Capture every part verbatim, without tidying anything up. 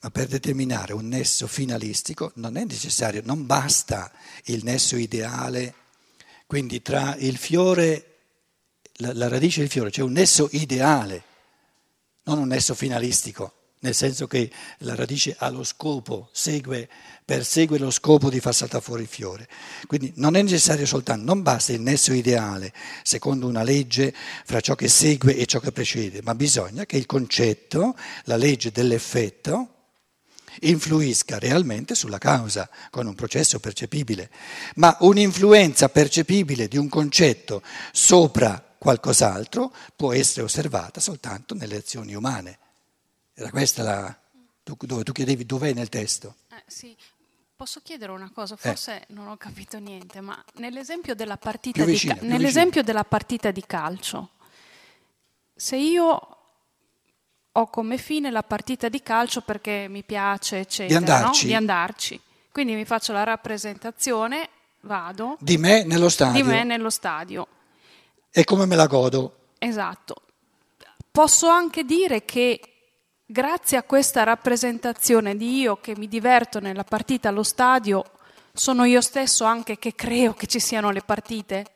Ma per determinare un nesso finalistico non è necessario, non basta il nesso ideale, quindi tra il fiore, la, la radice del fiore, c'è un nesso ideale, non un nesso finalistico, nel senso che la radice ha lo scopo, segue, persegue lo scopo di far saltare fuori il fiore. Quindi non è necessario soltanto, non basta il nesso ideale, secondo una legge, fra ciò che segue e ciò che precede, ma bisogna che il concetto, la legge dell'effetto, influisca realmente sulla causa con un processo percepibile, ma un'influenza percepibile di un concetto sopra qualcos'altro può essere osservata soltanto nelle azioni umane. Era questa la... Tu, dove tu chiedevi dov'è nel testo? Eh, sì. Posso chiedere una cosa? Forse eh. non ho capito niente, ma nell'esempio della partita, vicina, di, ca- nell'esempio della partita di calcio, se io ho come fine la partita di calcio perché mi piace, eccetera, di andarci, no? Di andarci. Quindi mi faccio la rappresentazione, vado. Di me nello stadio. Di me nello stadio. E come me la godo? Esatto. Posso anche dire che grazie a questa rappresentazione di io che mi diverto nella partita allo stadio, sono io stesso anche che creo che ci siano le partite?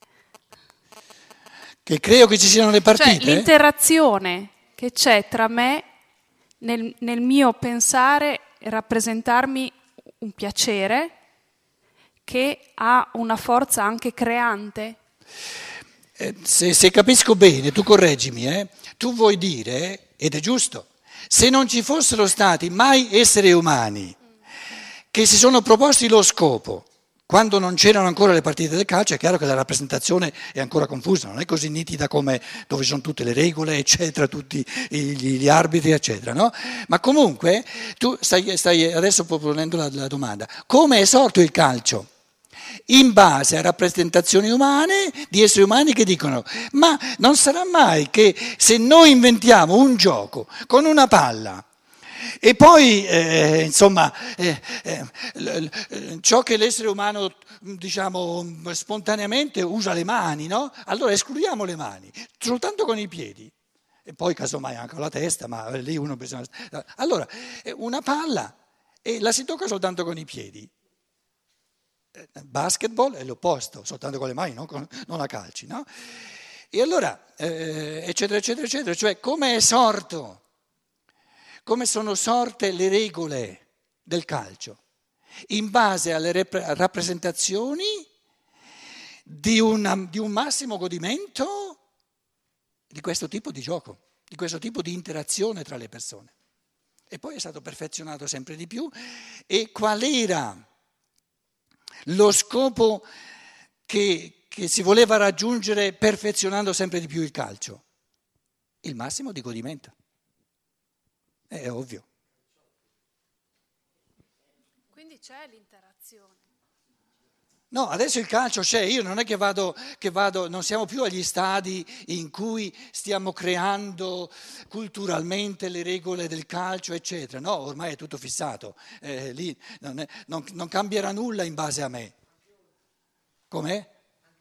Che creo che ci siano le partite? Cioè l'interazione che c'è tra me nel, nel mio pensare e rappresentarmi un piacere che ha una forza anche creante. Eh, se, se capisco bene, tu correggimi, eh, tu vuoi dire, ed è giusto, se non ci fossero stati mai esseri umani che si sono proposti lo scopo, quando non c'erano ancora le partite del calcio, è chiaro che la rappresentazione è ancora confusa, non è così nitida come dove sono tutte le regole, eccetera, tutti gli, gli arbitri, eccetera, no? Ma comunque tu stai, stai adesso proponendo la, la domanda, come è sorto il calcio? In base a rappresentazioni umane, di esseri umani che dicono, ma non sarà mai che se noi inventiamo un gioco con una palla, e poi, eh, insomma, eh, eh, ciò che l'essere umano, diciamo, spontaneamente usa le mani, no? Allora escludiamo le mani, soltanto con i piedi. E poi casomai anche con la testa, ma lì uno bisogna... Allora, una palla e la si tocca soltanto con i piedi. Basketball è l'opposto, soltanto con le mani, no? Con, non a calci, no? E allora, eh, eccetera, eccetera, eccetera, cioè come è sorto? Come sono sorte le regole del calcio? In base alle rep- rappresentazioni di, una, di un massimo godimento di questo tipo di gioco, di questo tipo di interazione tra le persone. E poi è stato perfezionato sempre di più. E qual era lo scopo che, che si voleva raggiungere perfezionando sempre di più il calcio? Il massimo di godimento. È ovvio. Quindi c'è l'interazione. No, adesso il calcio c'è, io non è che vado, che vado, non siamo più agli stadi in cui stiamo creando culturalmente le regole del calcio, eccetera. No, ormai è tutto fissato, eh, lì non, è, non, non cambierà nulla in base a me. Com'è?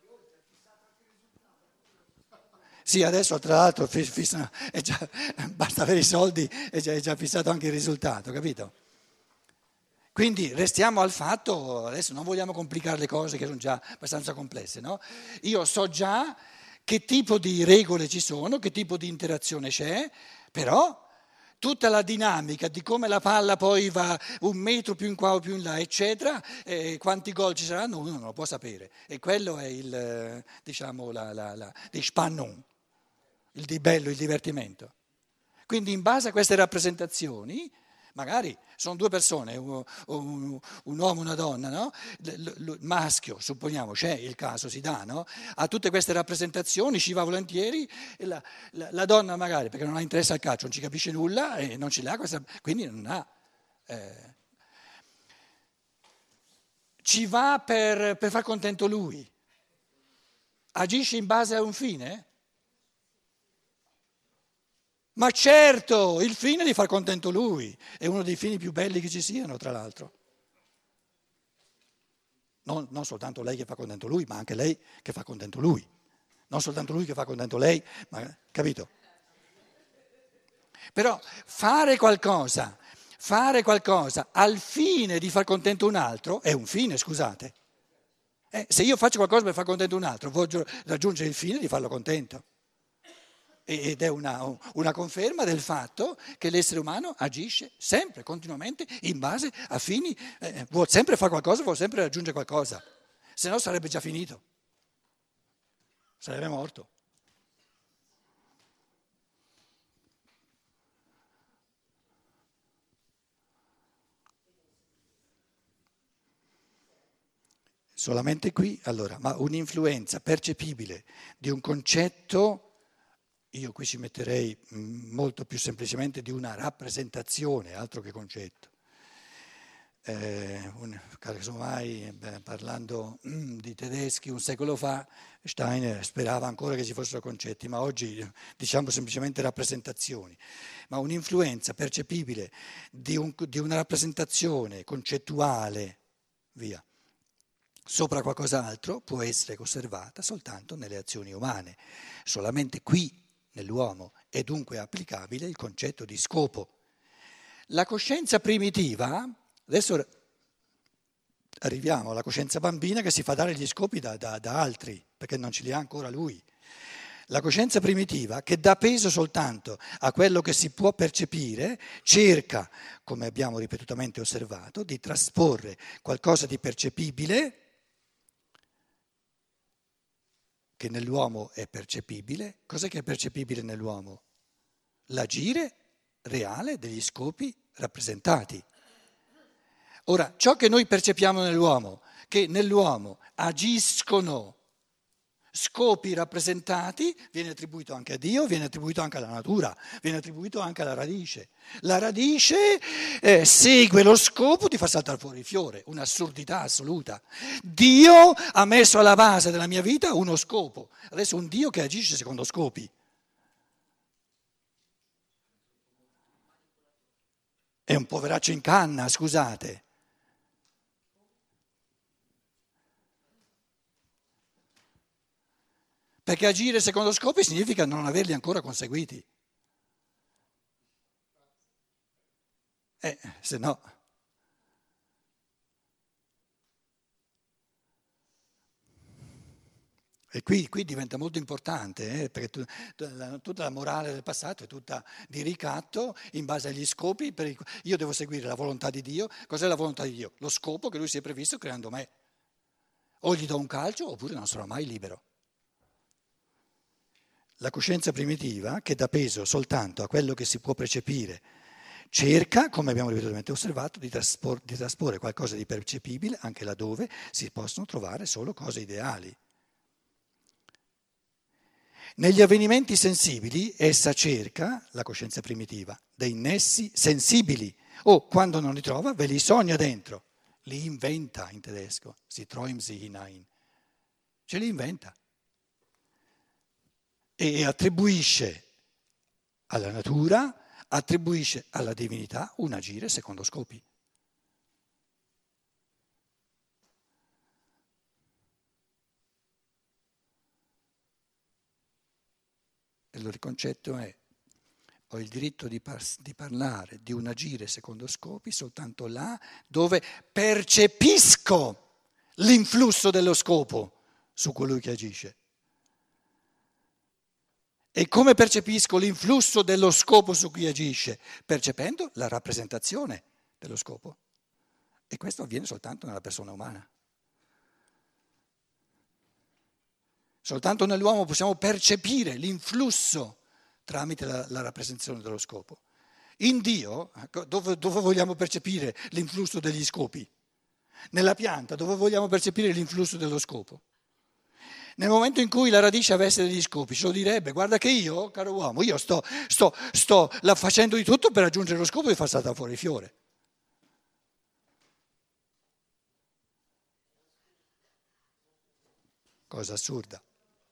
Sì, adesso tra l'altro fissa, è già, basta avere i soldi, è già, è già fissato anche il risultato, capito? Quindi restiamo al fatto, adesso non vogliamo complicare le cose che sono già abbastanza complesse, no? Io so già che tipo di regole ci sono, che tipo di interazione c'è, però tutta la dinamica di come la palla poi va un metro più in qua o più in là, eccetera, eh, quanti gol ci saranno, uno non lo può sapere. E quello è il, diciamo, la, la, la, di Spannon. Il di bello, il divertimento. Quindi in base a queste rappresentazioni, magari sono due persone, un, un, un uomo e una donna, no? Il maschio, supponiamo, c'è il caso, si dà, no? Ha tutte queste rappresentazioni, ci va volentieri, e la, la, la donna magari, perché non ha interesse al calcio, non ci capisce nulla e non ce l'ha, questa, quindi non ha... Eh, ci va per, per far contento lui. Agisce in base a un fine? Ma certo, il fine è di far contento lui, è uno dei fini più belli che ci siano, tra l'altro. Non, non soltanto lei che fa contento lui, ma anche lei che fa contento lui. Non soltanto lui che fa contento lei, ma capito? Però fare qualcosa, fare qualcosa al fine di far contento un altro è un fine, scusate. Eh, se io faccio qualcosa per far contento un altro, voglio raggiungere il fine di farlo contento. Ed è una, una conferma del fatto che l'essere umano agisce sempre, continuamente, in base a fini, eh, vuol sempre fare qualcosa, vuol sempre raggiungere qualcosa, se no sarebbe già finito, sarebbe morto. Solamente qui, allora, ma un'influenza percepibile di un concetto. Io qui ci metterei molto più semplicemente di una rappresentazione, altro che concetto. Eh, un, casomai, beh, parlando mm, di tedeschi un secolo fa, Steiner sperava ancora che ci fossero concetti, ma oggi diciamo semplicemente rappresentazioni. Ma un'influenza percepibile di, un, di una rappresentazione concettuale, via, sopra qualcos'altro può essere osservata soltanto nelle azioni umane, solamente qui nell'uomo è dunque applicabile il concetto di scopo. La coscienza primitiva, adesso arriviamo alla coscienza bambina che si fa dare gli scopi da, da, da altri, perché non ce li ha ancora lui. La coscienza primitiva, che dà peso soltanto a quello che si può percepire, cerca, come abbiamo ripetutamente osservato, di trasporre qualcosa di percepibile, che nell'uomo è percepibile. Cos'è che è percepibile nell'uomo? L'agire reale degli scopi rappresentati. Ora, ciò che noi percepiamo nell'uomo, che nell'uomo agiscono scopi rappresentati, viene attribuito anche a Dio, viene attribuito anche alla natura, viene attribuito anche alla radice. La radice eh, segue lo scopo di far saltare fuori il fiore, un'assurdità assoluta. Dio ha messo alla base della mia vita uno scopo, adesso un Dio che agisce secondo scopi. È un poveraccio in canna, scusate. Perché agire secondo scopi significa non averli ancora conseguiti. Eh, se no. E qui, qui diventa molto importante, eh, perché tu, la, tutta la morale del passato è tutta di ricatto in base agli scopi. Per i, io devo seguire la volontà di Dio. Cos'è la volontà di Dio? Lo scopo che Lui si è previsto creando me. O gli do un calcio oppure non sarò mai libero. La coscienza primitiva, che dà peso soltanto a quello che si può percepire, cerca, come abbiamo ripetutamente osservato, di, traspor- di trasporre qualcosa di percepibile anche laddove si possono trovare solo cose ideali. Negli avvenimenti sensibili essa cerca, la coscienza primitiva, dei nessi sensibili o quando non li trova ve li sogna dentro, li inventa in tedesco, si träumt sie hinein, ce li inventa. E attribuisce alla natura, attribuisce alla divinità un agire secondo scopi. E allora il concetto è: ho il diritto di, par- di parlare di un agire secondo scopi soltanto là dove percepisco l'influsso dello scopo su colui che agisce. E come percepisco l'influsso dello scopo su cui agisce? Percependo la rappresentazione dello scopo. E questo avviene soltanto nella persona umana. Soltanto nell'uomo possiamo percepire l'influsso tramite la, la rappresentazione dello scopo. In Dio, dove, dove vogliamo percepire l'influsso degli scopi? Nella pianta, dove vogliamo percepire l'influsso dello scopo? Nel momento in cui la radice avesse degli scopi, ce lo direbbe: guarda che io, caro uomo, io sto, sto, sto la facendo di tutto per raggiungere lo scopo di far saltare fuori il fiore. Cosa assurda.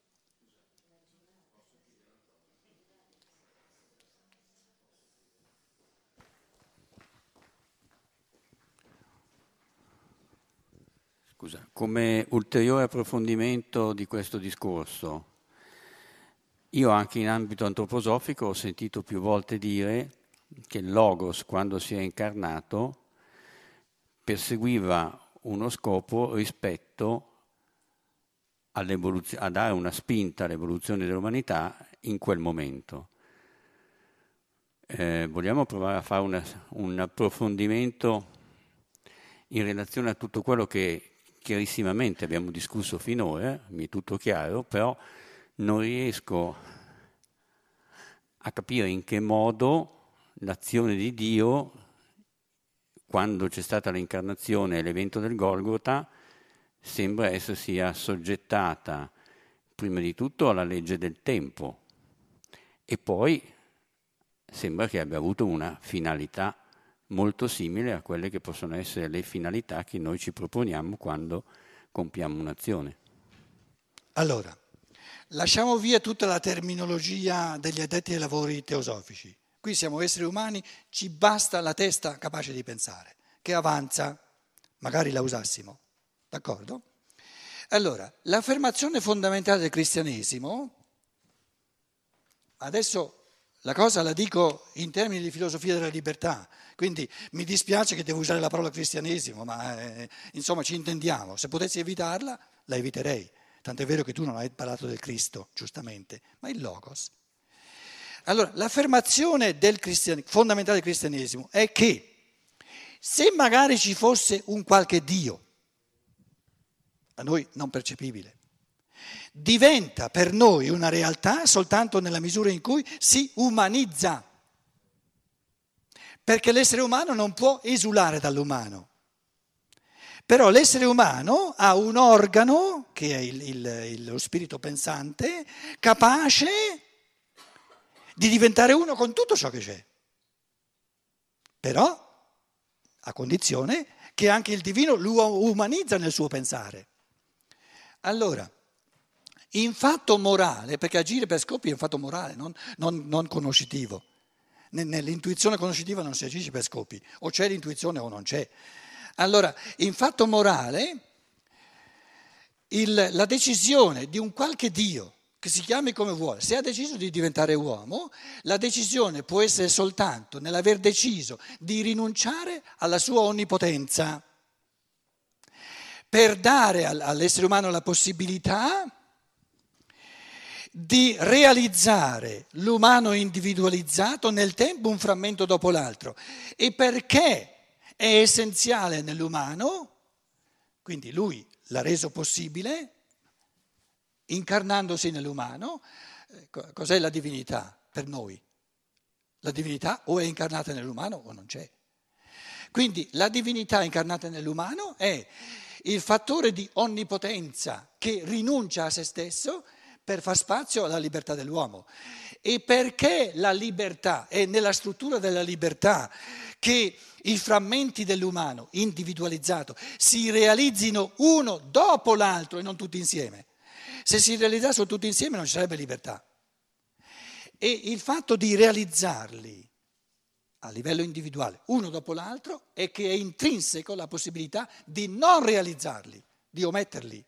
Scusa, come ulteriore approfondimento di questo discorso, io anche in ambito antroposofico ho sentito più volte dire che il Logos, quando si è incarnato, perseguiva uno scopo rispetto a dare una spinta all'evoluzione dell'umanità in quel momento. Eh, vogliamo provare a fare una, un approfondimento in relazione a tutto quello che chiarissimamente abbiamo discusso finora, mi è tutto chiaro, però non riesco a capire in che modo l'azione di Dio, quando c'è stata l'incarnazione e l'evento del Golgota, sembra essersi assoggettata prima di tutto alla legge del tempo e poi sembra che abbia avuto una finalità molto simile a quelle che possono essere le finalità che noi ci proponiamo quando compiamo un'azione. Allora, lasciamo via tutta la terminologia degli addetti ai lavori teosofici. Qui siamo esseri umani, ci basta la testa capace di pensare, che avanza, magari la usassimo, d'accordo? Allora, l'affermazione fondamentale del cristianesimo, adesso la cosa la dico in termini di filosofia della libertà, quindi mi dispiace che devo usare la parola cristianesimo, ma eh, insomma ci intendiamo, se potessi evitarla la eviterei, tant'è vero che tu non hai parlato del Cristo, giustamente, ma il Logos. Allora, l'affermazione del cristian- fondamentale del cristianesimo è che se magari ci fosse un qualche Dio, a noi non percepibile, diventa per noi una realtà soltanto nella misura in cui si umanizza, perché l'essere umano non può esulare dall'umano. Però l'essere umano ha un organo, che è il, il, il, lo spirito pensante, capace di diventare uno con tutto ciò che c'è. Però a condizione che anche il divino lo umanizza nel suo pensare. Allora, in fatto morale, perché agire per scopi è un fatto morale, non, non, non conoscitivo. Nell'intuizione conoscitiva non si agisce per scopi, o c'è l'intuizione o non c'è. Allora, in fatto morale, il, la decisione di un qualche Dio, che si chiami come vuole, se ha deciso di diventare uomo, la decisione può essere soltanto nell'aver deciso di rinunciare alla sua onnipotenza, per dare all'essere umano la possibilità di realizzare l'umano individualizzato nel tempo un frammento dopo l'altro. E perché è essenziale nell'umano, quindi lui l'ha reso possibile, incarnandosi nell'umano. Cos'è la divinità per noi? La divinità o è incarnata nell'umano o non c'è. Quindi la divinità incarnata nell'umano è il fattore di onnipotenza che rinuncia a se stesso per far spazio alla libertà dell'uomo. E perché la libertà è nella struttura della libertà che i frammenti dell'umano individualizzato si realizzino uno dopo l'altro e non tutti insieme. Se si realizzassero tutti insieme non ci sarebbe libertà. E il fatto di realizzarli a livello individuale, uno dopo l'altro, è che è intrinseco la possibilità di non realizzarli, di ometterli.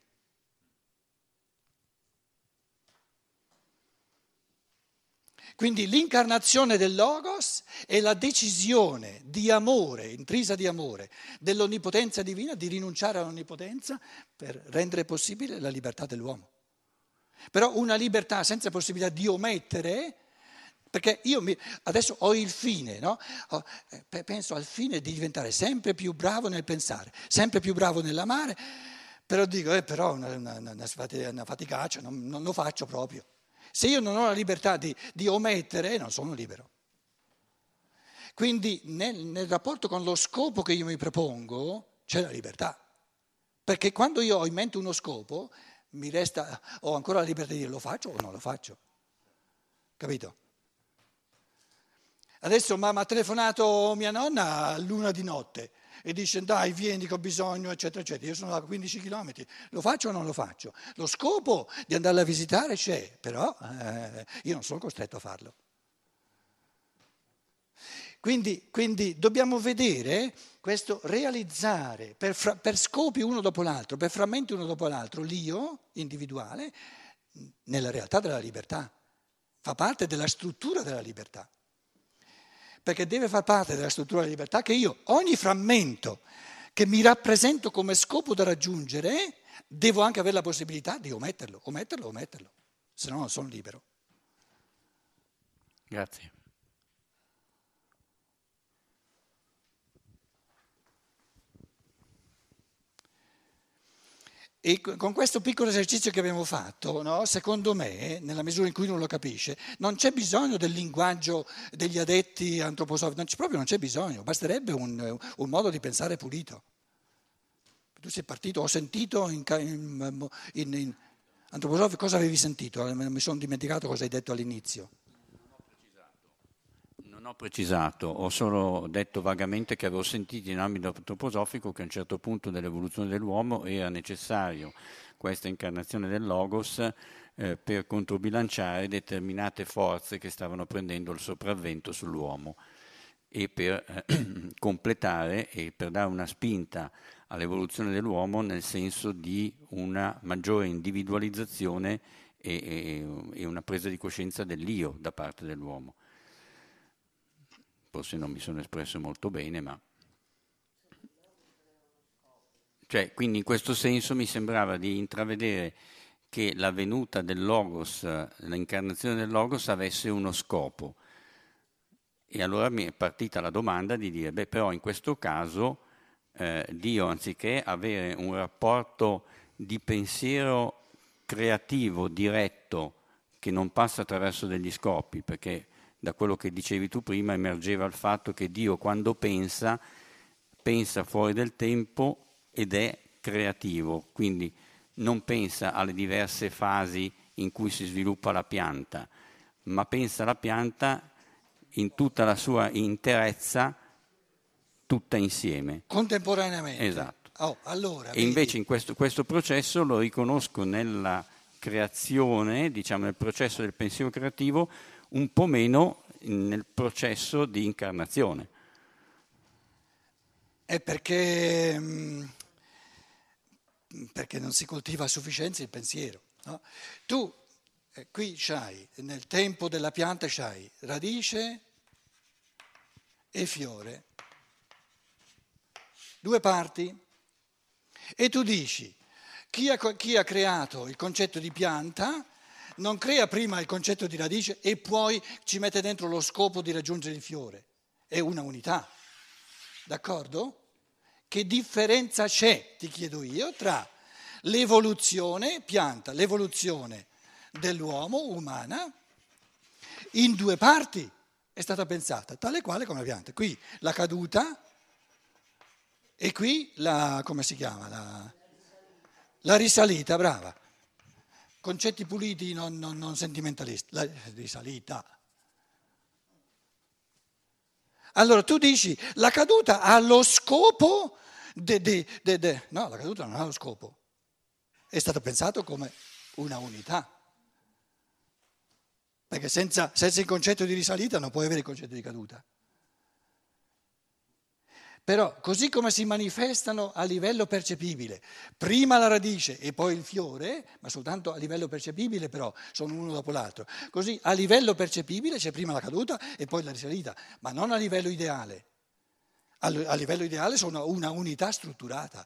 Quindi l'incarnazione del Logos è la decisione di amore, intrisa di amore, dell'onnipotenza divina, di rinunciare all'onnipotenza per rendere possibile la libertà dell'uomo. Però una libertà senza possibilità di omettere, perché io mi, adesso ho il fine, no? Ho, eh, penso al fine di diventare sempre più bravo nel pensare, sempre più bravo nell'amare, però dico, eh, però una, una, una, una faticaccia, non, non lo faccio proprio. Se io non ho la libertà di, di omettere, non sono libero. Quindi nel, nel rapporto con lo scopo che io mi propongo c'è la libertà. Perché quando io ho in mente uno scopo, mi resta, ho ancora la libertà di dire lo faccio o non lo faccio. Capito? Adesso mi ha telefonato mia nonna a luna di notte e dice dai vieni che ho bisogno eccetera eccetera, io sono a quindici chilometri, lo faccio o non lo faccio? Lo scopo di andarla a visitare c'è, però eh, io non sono costretto a farlo. Quindi, quindi dobbiamo vedere questo realizzare per, fra, per scopi uno dopo l'altro, per frammenti uno dopo l'altro, l'io individuale nella realtà della libertà, fa parte della struttura della libertà. perché deve far parte della struttura della libertà che io, ogni frammento che mi rappresento come scopo da raggiungere, devo anche avere la possibilità di ometterlo, ometterlo, ometterlo, se no non sono libero. Grazie. E con questo piccolo esercizio che abbiamo fatto, no, secondo me, nella misura in cui uno lo capisce, non c'è bisogno del linguaggio degli addetti antroposofici, non c'è, proprio non c'è bisogno, basterebbe un, un modo di pensare pulito. Tu sei partito, ho sentito in, in, in, in antroposofico, cosa avevi sentito? Mi sono dimenticato cosa hai detto all'inizio. Non ho precisato, ho solo detto vagamente che avevo sentito in ambito antroposofico che a un certo punto dell'evoluzione dell'uomo era necessario questa incarnazione del Logos eh, per controbilanciare determinate forze che stavano prendendo il sopravvento sull'uomo e per eh, completare e per dare una spinta all'evoluzione dell'uomo nel senso di una maggiore individualizzazione e, e, e una presa di coscienza dell'io da parte dell'uomo. Forse non mi sono espresso molto bene, ma... Cioè, quindi in questo senso mi sembrava di intravedere che la venuta del Logos, l'incarnazione del Logos avesse uno scopo. E allora mi è partita la domanda di dire, beh, però in questo caso eh, Dio, anziché avere un rapporto di pensiero creativo, diretto, che non passa attraverso degli scopi, perché da quello che dicevi tu prima emergeva il fatto che Dio quando pensa, pensa fuori del tempo ed è creativo, quindi non pensa alle diverse fasi in cui si sviluppa la pianta, ma pensa alla pianta in tutta la sua interezza, tutta insieme. Contemporaneamente. Esatto. Oh, allora, e invece in questo, questo processo lo riconosco nella creazione, diciamo nel processo del pensiero creativo, un po' meno nel processo di incarnazione. È perché, perché non si coltiva a sufficienza il pensiero. No? Tu eh, qui c'hai, nel tempo della pianta c'hai radice e fiore, due parti, e tu dici, chi ha, chi ha creato il concetto di pianta non crea prima il concetto di radice e poi ci mette dentro lo scopo di raggiungere il fiore. È una unità, d'accordo? Che differenza c'è, ti chiedo io, tra l'evoluzione pianta, l'evoluzione dell'uomo umana, in due parti è stata pensata, tale quale come la pianta. Qui la caduta e qui la, come si chiama? La, la risalita, brava. Concetti puliti, non, non, non sentimentalisti, la risalita. Allora tu dici, la caduta ha lo scopo, de, de, de, de. No, la caduta non ha lo scopo, è stato pensato come una unità, perché senza, senza il concetto di risalita non puoi avere il concetto di caduta. Però così come si manifestano a livello percepibile, prima la radice e poi il fiore, ma soltanto a livello percepibile però, sono uno dopo l'altro, così a livello percepibile c'è prima la caduta e poi la risalita, ma non a livello ideale. A, a livello ideale sono una unità strutturata.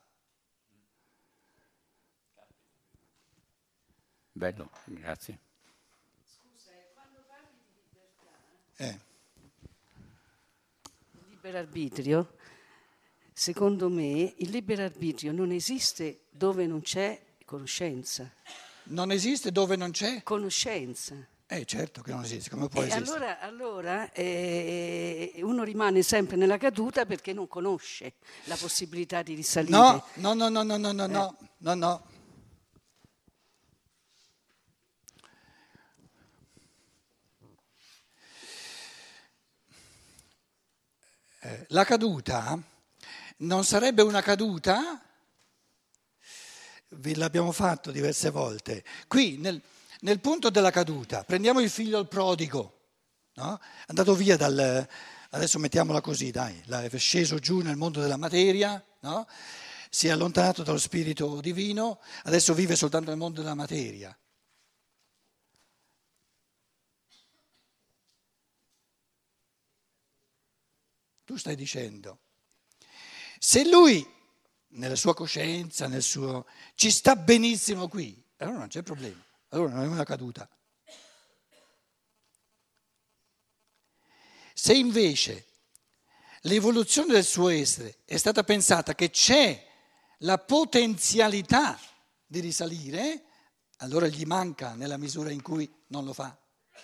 Bello, grazie. Scusa, quando parli di libertà, Eh. libero arbitrio, secondo me il libero arbitrio non esiste dove non c'è conoscenza. Non esiste dove non c'è? Conoscenza. Eh certo che non esiste, come può E esistere? allora, allora eh, uno rimane sempre nella caduta perché non conosce la possibilità di risalire. No, no, no, no, no, no, no, Eh. no, no, no. Eh, la caduta non sarebbe una caduta, ve l'abbiamo fatto diverse volte, qui nel, nel punto della caduta, prendiamo il figlio al prodigo, no? È andato via dal, adesso mettiamola così, dai, è sceso giù nel mondo della materia, no? Si è allontanato dallo spirito divino, adesso vive soltanto nel mondo della materia. tu stai dicendo. Se lui, nella sua coscienza, nel suo, ci sta benissimo qui, allora non c'è problema, allora non è una caduta. Se invece l'evoluzione del suo essere è stata pensata che c'è la potenzialità di risalire, allora gli manca nella misura in cui non lo fa.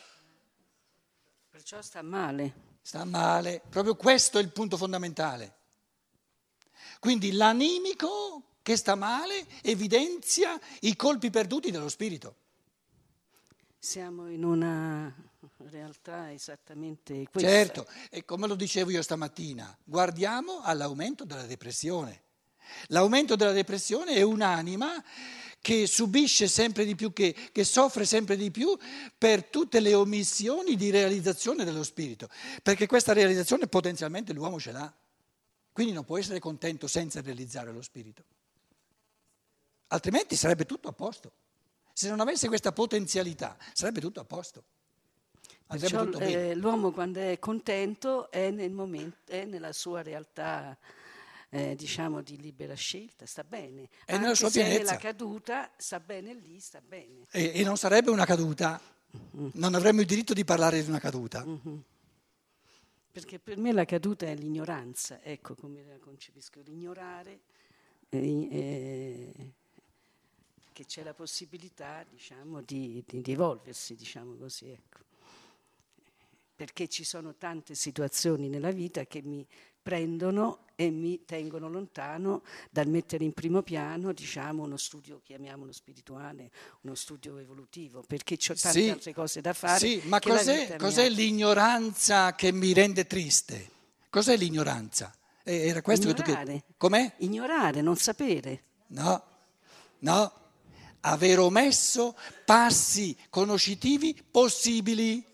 Perciò sta male. Sta male, proprio questo è il punto fondamentale. Quindi l'animico che sta male evidenzia i colpi perduti dello spirito. Siamo in una realtà esattamente questa. Certo, e come lo dicevo io stamattina, guardiamo all'aumento della depressione. L'aumento della depressione è un'anima che subisce sempre di più, che, che soffre sempre di più per tutte le omissioni di realizzazione dello spirito, perché questa realizzazione potenzialmente l'uomo ce l'ha, quindi non può essere contento senza realizzare lo spirito, altrimenti sarebbe tutto a posto. Se non avesse questa potenzialità sarebbe tutto a posto. Perciò, tutto eh, l'uomo quando è contento è, nel momento, è nella sua realtà, eh, diciamo, di libera scelta, sta bene. È nella sua se pienezza. È nella caduta, sta bene lì, sta bene. E, e non sarebbe una caduta, uh-huh. Non avremmo il diritto di parlare di una caduta. Uh-huh. Perché per me la caduta è l'ignoranza, ecco come la concepisco, l'ignorare, eh, eh, che c'è la possibilità, diciamo, di, di, di evolversi, diciamo così, ecco. Perché ci sono tante situazioni nella vita che mi prendono e mi tengono lontano dal mettere in primo piano, diciamo, uno studio, chiamiamolo spirituale, uno studio evolutivo, perché ho tante sì, altre cose da fare. Sì, ma cos'è, cos'è l'ignoranza che mi rende triste? Cos'è l'ignoranza? Era questo Ignorare. Che tu... Com'è? Ignorare, non sapere. No, no, aver omesso passi conoscitivi possibili.